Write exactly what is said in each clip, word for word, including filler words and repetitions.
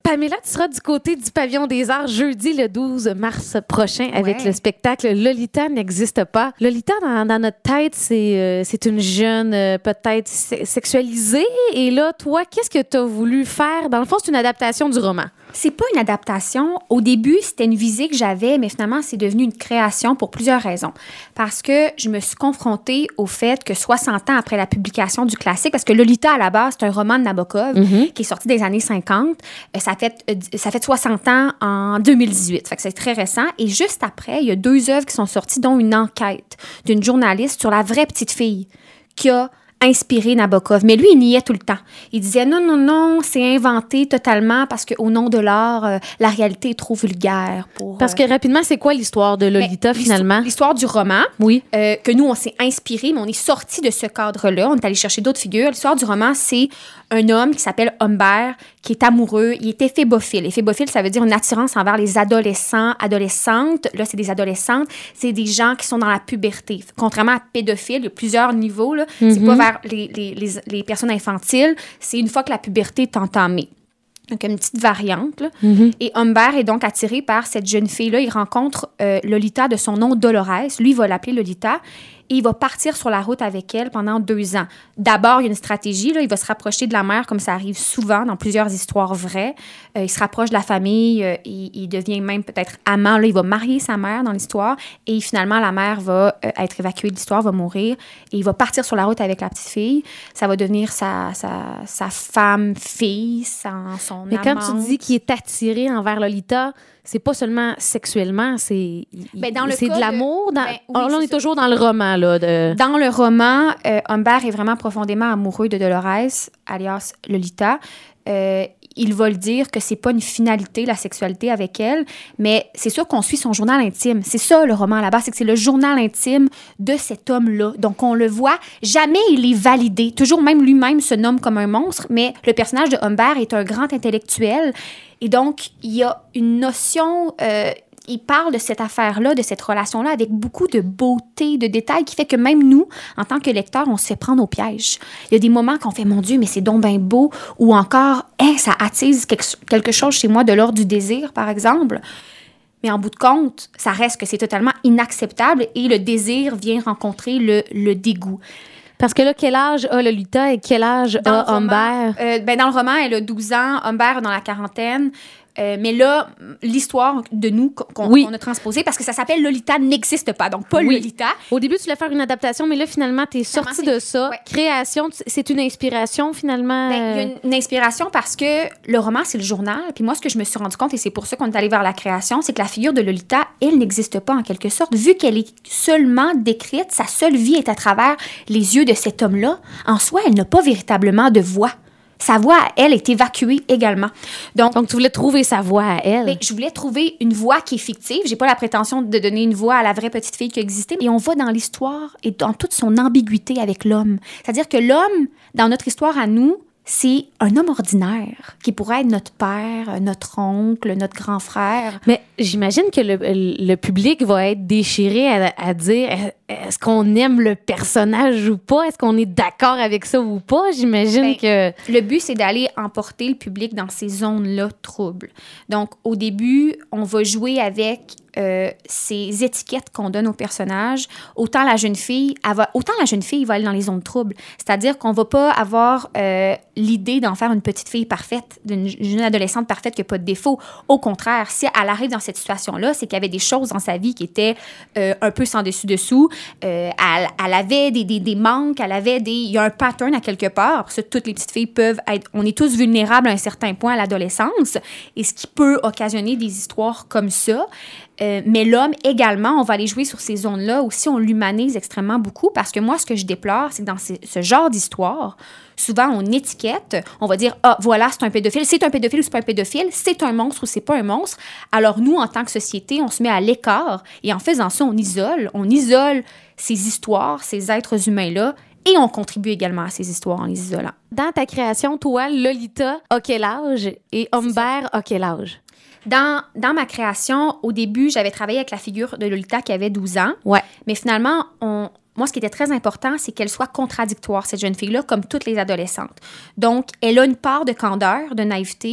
Pamela, tu seras du côté du Pavillon des Arts jeudi le douze mars prochain avec ouais. le spectacle Lolita n'existe pas. Lolita, dans, dans notre tête, c'est, euh, c'est une jeune euh, peut-être se- sexualisée. Et là, toi, qu'est-ce que tu as voulu faire? Dans le fond, c'est une adaptation du roman. C'est pas une adaptation. Au début, c'était une visée que j'avais, mais finalement, c'est devenu une création pour plusieurs raisons. Parce que je me suis confrontée au fait que soixante ans après la publication du classique, parce que Lolita, à la base, c'est un roman de Nabokov mm-hmm. qui est sorti des années cinquante. Euh, ça, fait, euh, ça fait soixante ans en deux mille dix-huit. Fait que c'est très récent. Et juste après, il y a deux œuvres qui sont sorties, dont une enquête d'une journaliste sur la vraie petite fille qui a inspiré Nabokov. Mais lui, il niait tout le temps. Il disait non, non, non, c'est inventé totalement parce qu'au nom de l'art, euh, la réalité est trop vulgaire. Pour, parce que rapidement, c'est quoi l'histoire de Lolita, l'histoire, finalement? L'histoire du roman, oui. euh, que nous, on s'est inspiré, mais on est sorti de ce cadre-là. On est allé chercher d'autres figures. L'histoire du roman, c'est un homme qui s'appelle Humbert, qui est amoureux. Il est éphébophile. Éphébophile, ça veut dire une attirance envers les adolescents, adolescentes. Là, c'est des adolescentes. C'est des gens qui sont dans la puberté. Contrairement à pédophile, il y a plusieurs niveaux. Là. Mm-hmm. C'est pas vers les, les, les, les personnes infantiles. C'est une fois que la puberté est entamée. Donc, une petite variante. Là. Mm-hmm. Et Humbert est donc attiré par cette jeune fille-là. Il rencontre euh, Lolita de son nom Dolores. Lui, il va l'appeler Lolita. Et il va partir sur la route avec elle pendant deux ans. D'abord, il y a une stratégie. Là, il va se rapprocher de la mère, comme ça arrive souvent dans plusieurs histoires vraies. Euh, il se rapproche de la famille. Euh, il, il devient même peut-être amant. Là, il va marier sa mère dans l'histoire. Et finalement, la mère va euh, être évacuée de l'histoire, va mourir. Et il va partir sur la route avec la petite fille. Ça va devenir sa, sa, sa femme-fille, son, son Mais amante. quand tu dis qu'il est attiré envers Lolita, c'est pas seulement sexuellement, c'est, ben dans le c'est de l'amour. De, dans, ben, oui, alors là, on est ça. toujours dans le roman. Là, de... Dans le roman, euh, Humbert est vraiment profondément amoureux de Dolores, alias Lolita. Euh, il va le dire que c'est pas une finalité, la sexualité avec elle, mais c'est sûr qu'on suit son journal intime. C'est ça, le roman, à la base, c'est que c'est le journal intime de cet homme-là. Donc, on le voit, jamais il est validé. Toujours même lui-même se nomme comme un monstre, mais le personnage de Humbert est un grand intellectuel. Et donc, il y a une notion... Euh, il parle de cette affaire-là, de cette relation-là, avec beaucoup de beauté, de détails, qui fait que même nous, en tant que lecteurs, on se fait prendre au piège. Il y a des moments qu'on fait « Mon Dieu, mais c'est donc bien beau », ou encore hey, « Ça attise quelque chose chez moi de l'ordre du désir », par exemple. Mais en bout de compte, ça reste que c'est totalement inacceptable et le désir vient rencontrer le, le dégoût. Parce que là, quel âge a Lolita et quel âge dans a Humbert? Euh, ben dans le roman, elle a douze ans, Humbert est dans la quarantaine. Euh, mais là, l'histoire de nous qu'on, oui. qu'on a transposée, parce que ça s'appelle Lolita n'existe pas, donc pas oui. Lolita. Au début, tu voulais faire une adaptation, mais là, finalement, tu es sortie de ça. Ouais. Création, c'est une inspiration, finalement? Ben, il y a une, une inspiration parce que le roman, c'est le journal. Puis moi, ce que je me suis rendu compte, et c'est pour ça qu'on est allé vers la création, c'est que la figure de Lolita, elle n'existe pas en quelque sorte. Vu qu'elle est seulement décrite, sa seule vie est à travers les yeux de cet homme-là. En soi, elle n'a pas véritablement de voix. Sa voix à elle est évacuée également. Donc, Donc tu voulais trouver sa voix à elle. Bien, je voulais trouver une voix qui est fictive. J'ai pas la prétention de donner une voix à la vraie petite fille qui existait. Et on va dans l'histoire et dans toute son ambiguïté avec l'homme. C'est-à-dire que l'homme, dans notre histoire à nous, c'est un homme ordinaire qui pourrait être notre père, notre oncle, notre grand frère. Mais j'imagine que le, le public va être déchiré à, à dire est-ce qu'on aime le personnage ou pas? Est-ce qu'on est d'accord avec ça ou pas? J'imagine ben, que... Le but, c'est d'aller emporter le public dans ces zones-là troubles. Donc, au début, on va jouer avec... Euh, ces étiquettes qu'on donne aux personnages, autant la jeune fille, elle va, autant la jeune fille va aller dans les zones troubles. C'est-à-dire qu'on va pas avoir euh, l'idée d'en faire une petite fille parfaite, d'une jeune adolescente parfaite qui n'a pas de défaut. Au contraire, si elle arrive dans cette situation-là, c'est qu'il y avait des choses dans sa vie qui étaient euh, un peu sans dessus-dessous. Euh, elle, elle avait des, des, des manques, elle avait des... Il y a un pattern à quelque part. Parce que toutes les petites filles peuvent être... On est tous vulnérables à un certain point à l'adolescence. Et ce qui peut occasionner des histoires comme ça... Euh, mais l'homme, également, on va aller jouer sur ces zones-là aussi, on l'humanise extrêmement beaucoup parce que moi, ce que je déplore, c'est que dans ces, ce genre d'histoire, souvent, on étiquette, on va dire « Ah, voilà, c'est un pédophile. C'est un pédophile ou c'est pas un pédophile. C'est un monstre ou c'est pas un monstre. » Alors, nous, en tant que société, on se met à l'écart et en faisant ça, on isole. On isole ces histoires, ces êtres humains-là et on contribue également à ces histoires en les isolant. Dans ta création, toi, Lolita a quel âge et Humbert a quel âge? Dans, dans ma création, au début, j'avais travaillé avec la figure de Lolita qui avait douze ans. Ouais. Mais finalement, on, moi, ce qui était très important, c'est qu'elle soit contradictoire, cette jeune fille-là, comme toutes les adolescentes. Donc, elle a une part de candeur, de naïveté,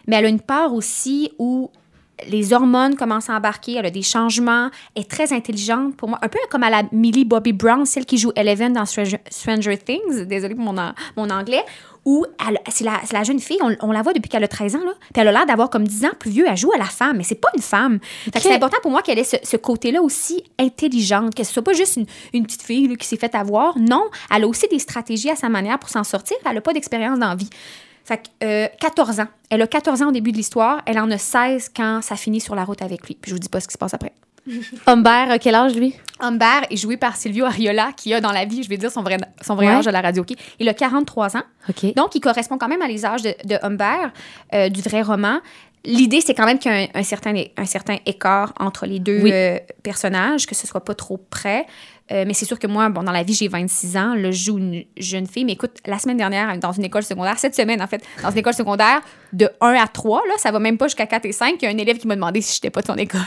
mais elle a une part aussi où les hormones commencent à embarquer, elle a des changements, elle est très intelligente pour moi, un peu comme à la Millie Bobby Brown, celle qui joue Eleven dans Stranger, Stranger Things, désolée pour mon, an, mon anglais, où elle, c'est, la, c'est la jeune fille, on, on la voit depuis qu'elle a treize ans, là, puis elle a l'air d'avoir comme dix ans plus vieux, elle joue à la femme, mais c'est pas une femme. Fait que c'est important pour moi qu'elle ait ce, ce côté-là aussi intelligente, que ce soit pas juste une, une petite fille là, qui s'est fait avoir, non, elle a aussi des stratégies à sa manière pour s'en sortir, elle a pas d'expérience dans la vie. Fait que euh, quatorze ans. Elle a quatorze ans au début de l'histoire. Elle en a seize quand ça finit sur la route avec lui. Puis je vous dis pas ce qui se passe après. Humbert, quel âge, lui? Humbert est joué par Silvio Ariola, qui a dans la vie, je vais dire son vrai, son vrai ouais. âge à la radio. Okay? Il a quarante-trois ans. Okay. Donc, il correspond quand même à les âges de, de Humbert, euh, du vrai roman. L'idée, c'est quand même qu'il y a un, un, certain, un certain écart entre les deux oui. euh, personnages, que ce soit pas trop près. Euh, mais c'est sûr que moi, bon, dans la vie, j'ai vingt-six ans. Là, je joue une jeune fille. Mais écoute, la semaine dernière, dans une école secondaire, cette semaine, en fait, dans une école secondaire, de un à trois, là, ça va même pas jusqu'à quatre et cinq, il y a un élève qui m'a demandé si j'étais pas de son école.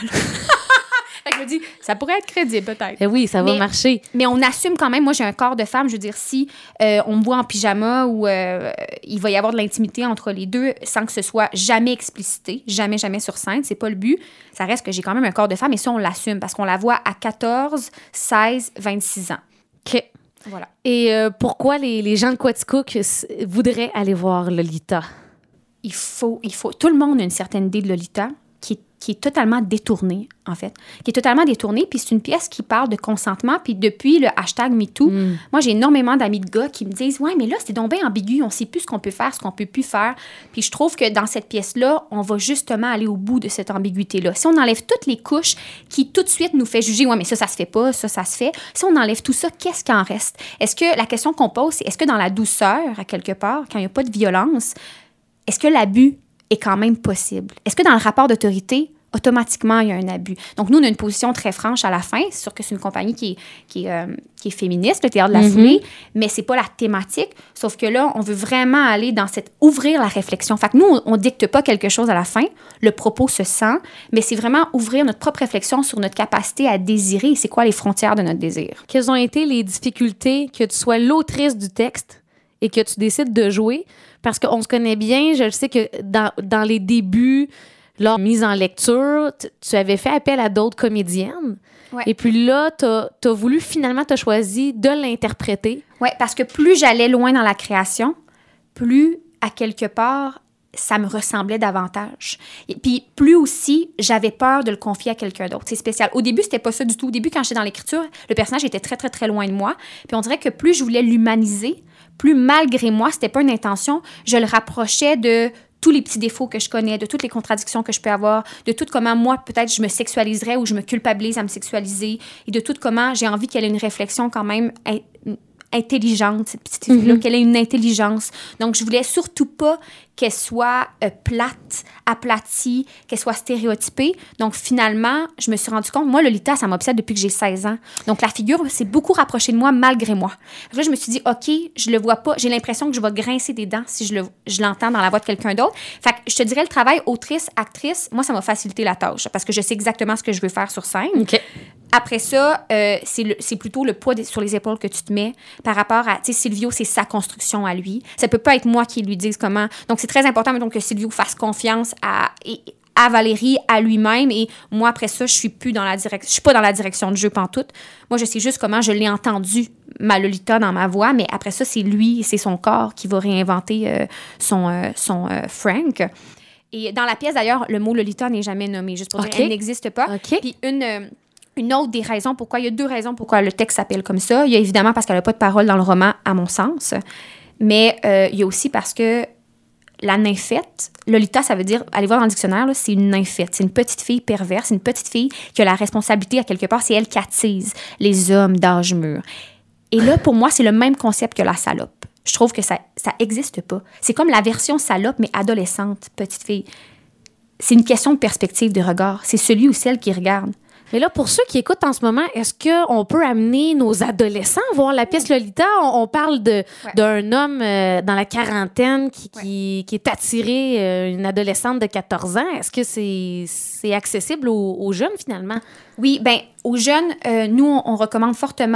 Fait que je me dis, ça pourrait être crédible, peut-être. Eh oui, ça va mais, marcher. Mais on assume quand même, moi, j'ai un corps de femme. Je veux dire, si euh, on me voit en pyjama ou euh, il va y avoir de l'intimité entre les deux sans que ce soit jamais explicité, jamais, jamais sur scène, c'est pas le but. Ça reste que j'ai quand même un corps de femme et ça, on l'assume parce qu'on la voit à quatorze, seize, vingt-six ans. OK. Voilà. Et euh, pourquoi les, les gens de Quaticook voudraient aller voir Lolita? Il faut, il faut... Tout le monde a une certaine idée de Lolita qui est qui est totalement détournée, en fait. Qui est totalement détournée, puis c'est une pièce qui parle de consentement, puis depuis le hashtag MeToo, mm. moi, j'ai énormément d'amis de gars qui me disent « Ouais, mais là, c'est donc bien ambigu, on sait plus ce qu'on peut faire, ce qu'on peut plus faire. » Puis je trouve que dans cette pièce-là, on va justement aller au bout de cette ambiguïté-là. Si on enlève toutes les couches qui, tout de suite, nous fait juger « Ouais, mais ça, ça se fait pas, ça, ça se fait. » Si on enlève tout ça, qu'est-ce qu'il en reste? Est-ce que la question qu'on pose, c'est est-ce que dans la douceur, à quelque part, quand il n'y a pas de violence, est-ce que l'abus est quand même possible? Est-ce que dans le rapport d'autorité, automatiquement, il y a un abus? Donc, nous, on a une position très franche à la fin. C'est sûr que c'est une compagnie qui est, qui est, euh, qui est féministe, le Théâtre de la mm-hmm. Foulée, mais c'est pas la thématique. Sauf que là, on veut vraiment aller dans cette... ouvrir la réflexion. Fait que nous, on, on dicte pas quelque chose à la fin. Le propos se sent, mais c'est vraiment ouvrir notre propre réflexion sur notre capacité à désirer. C'est quoi les frontières de notre désir? Quelles ont été les difficultés que tu sois l'autrice du texte et que tu décides de jouer? Parce qu'on se connaît bien. Je sais que dans, dans les débuts... Lors de mise en lecture, t- tu avais fait appel à d'autres comédiennes. Ouais. Et puis là, tu as voulu, finalement, tu as choisi de l'interpréter. Oui, parce que plus j'allais loin dans la création, plus, à quelque part, ça me ressemblait davantage. Et puis, plus aussi, j'avais peur de le confier à quelqu'un d'autre. C'est spécial. Au début, c'était pas ça du tout. Au début, quand j'étais dans l'écriture, le personnage était très, très, très loin de moi. Puis on dirait que plus je voulais l'humaniser, plus, malgré moi, c'était pas une intention, je le rapprochais de tous les petits défauts que je connais, de toutes les contradictions que je peux avoir, de tout comment moi, peut-être, je me sexualiserais ou je me culpabilise à me sexualiser, et de tout comment j'ai envie qu'elle ait une réflexion quand même in- intelligente, cette petite fille-là, mm-hmm. qu'elle ait une intelligence. Donc, je voulais surtout pas qu'elle soit euh, plate, aplatie, qu'elle soit stéréotypée. Donc, finalement, je me suis rendu compte, moi, Lolita, ça m'obsède depuis que j'ai seize ans. Donc, la figure s'est beaucoup rapprochée de moi malgré moi. Là, je me suis dit, OK, je le vois pas. J'ai l'impression que je vais grincer des dents si je, le, je l'entends dans la voix de quelqu'un d'autre. Fait que je te dirais, le travail autrice, actrice, moi, ça m'a facilité la tâche parce que je sais exactement ce que je veux faire sur scène. OK. Après ça, euh, c'est, le, c'est plutôt le poids de, sur les épaules que tu te mets par rapport à, tu sais, Silvio, c'est sa construction à lui. Ça peut pas être moi qui lui dise comment. Donc, c'est très important, mettons, que Silvio fasse confiance à, à Valérie, à lui-même. Et moi, après ça, je suis plus dans la direction, je suis pas dans la direction de jeu pantoute. Moi, je sais juste comment je l'ai entendu, ma Lolita, dans ma voix. Mais après ça, c'est lui, c'est son corps qui va réinventer euh, son, euh, son euh, Frank. Et dans la pièce, d'ailleurs, le mot Lolita n'est jamais nommé, juste pour okay. dire, elle n'existe pas. Okay. Puis une... Euh, Une autre des raisons pourquoi, il y a deux raisons pourquoi le texte s'appelle comme ça. Il y a évidemment parce qu'elle n'a pas de parole dans le roman, à mon sens, mais euh, il y a aussi parce que la nymphette, Lolita, ça veut dire, allez voir dans le dictionnaire, là, c'est une nymphette, c'est une petite fille perverse, c'est une petite fille qui a la responsabilité, à quelque part, c'est elle qui attise les hommes d'âge mûr. Et là, pour moi, c'est le même concept que la salope. Je trouve que ça ça existe pas. C'est comme la version salope, mais adolescente, petite fille. C'est une question de perspective, de regard. C'est celui ou celle qui regarde. Mais là, pour ceux qui écoutent en ce moment, est-ce qu'on peut amener nos adolescents voir la pièce Lolita? On, on parle de, ouais. d'un homme euh, dans la quarantaine qui, qui, ouais. qui est attiré, euh, une adolescente de quatorze ans. Est-ce que c'est, c'est accessible aux, aux jeunes, finalement? Oui, bien, aux jeunes, euh, nous, on, on recommande fortement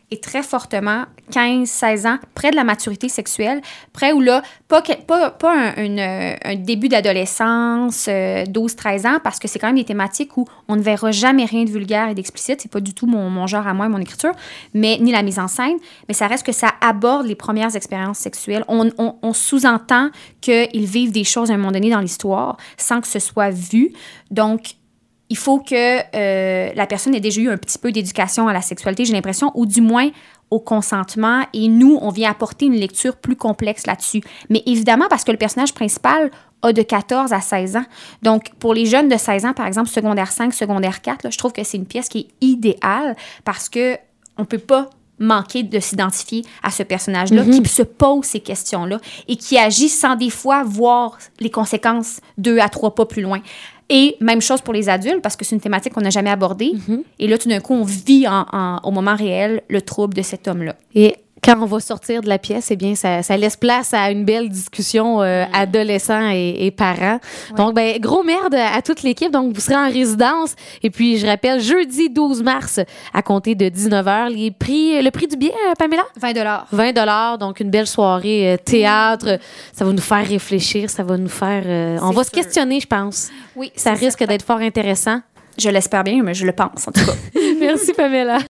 est très fortement quinze seize ans, près de la maturité sexuelle, près où là, pas, pas, pas un, une, un début d'adolescence, euh, douze treize ans, parce que c'est quand même des thématiques où on ne verra jamais rien de vulgaire et d'explicite. C'est pas du tout mon, mon genre à moi et mon écriture, mais ni la mise en scène, mais ça reste que ça aborde les premières expériences sexuelles. On, on, on sous-entend qu'ils vivent des choses à un moment donné dans l'histoire sans que ce soit vu. Donc, il faut que euh, la personne ait déjà eu un petit peu d'éducation à la sexualité, j'ai l'impression, ou du moins au consentement. Et nous, on vient apporter une lecture plus complexe là-dessus. Mais évidemment, parce que le personnage principal a de quatorze à seize ans. Donc, pour les jeunes de seize ans, par exemple, secondaire cinq, secondaire quatre, là, je trouve que c'est une pièce qui est idéale parce qu'on ne peut pas manquer de s'identifier à ce personnage-là mm-hmm. qui se pose ces questions-là et qui agit sans des fois voir les conséquences deux à trois pas plus loin. Et même chose pour les adultes, parce que c'est une thématique qu'on n'a jamais abordée. Mm-hmm. Et là, tout d'un coup, on vit en, en, au moment réel le trouble de cet homme-là. Et quand on va sortir de la pièce, eh bien, ça, ça laisse place à une belle discussion euh, mmh. adolescents et, et parents. Ouais. Donc, ben, gros merde à, à toute l'équipe. Donc, vous serez en résidence. Et puis, je rappelle, jeudi douze mars, à compter de dix-neuf heures, les prix, le prix du billet, Pamela? vingt dollars. vingt dollars. Donc, une belle soirée euh, théâtre. Ça va nous faire réfléchir. Ça va nous faire... Euh, on va sûr. se questionner, je pense. Oui. Ça risque certain. d'être fort intéressant. Je l'espère bien, mais je le pense, en tout cas. Merci, Pamela.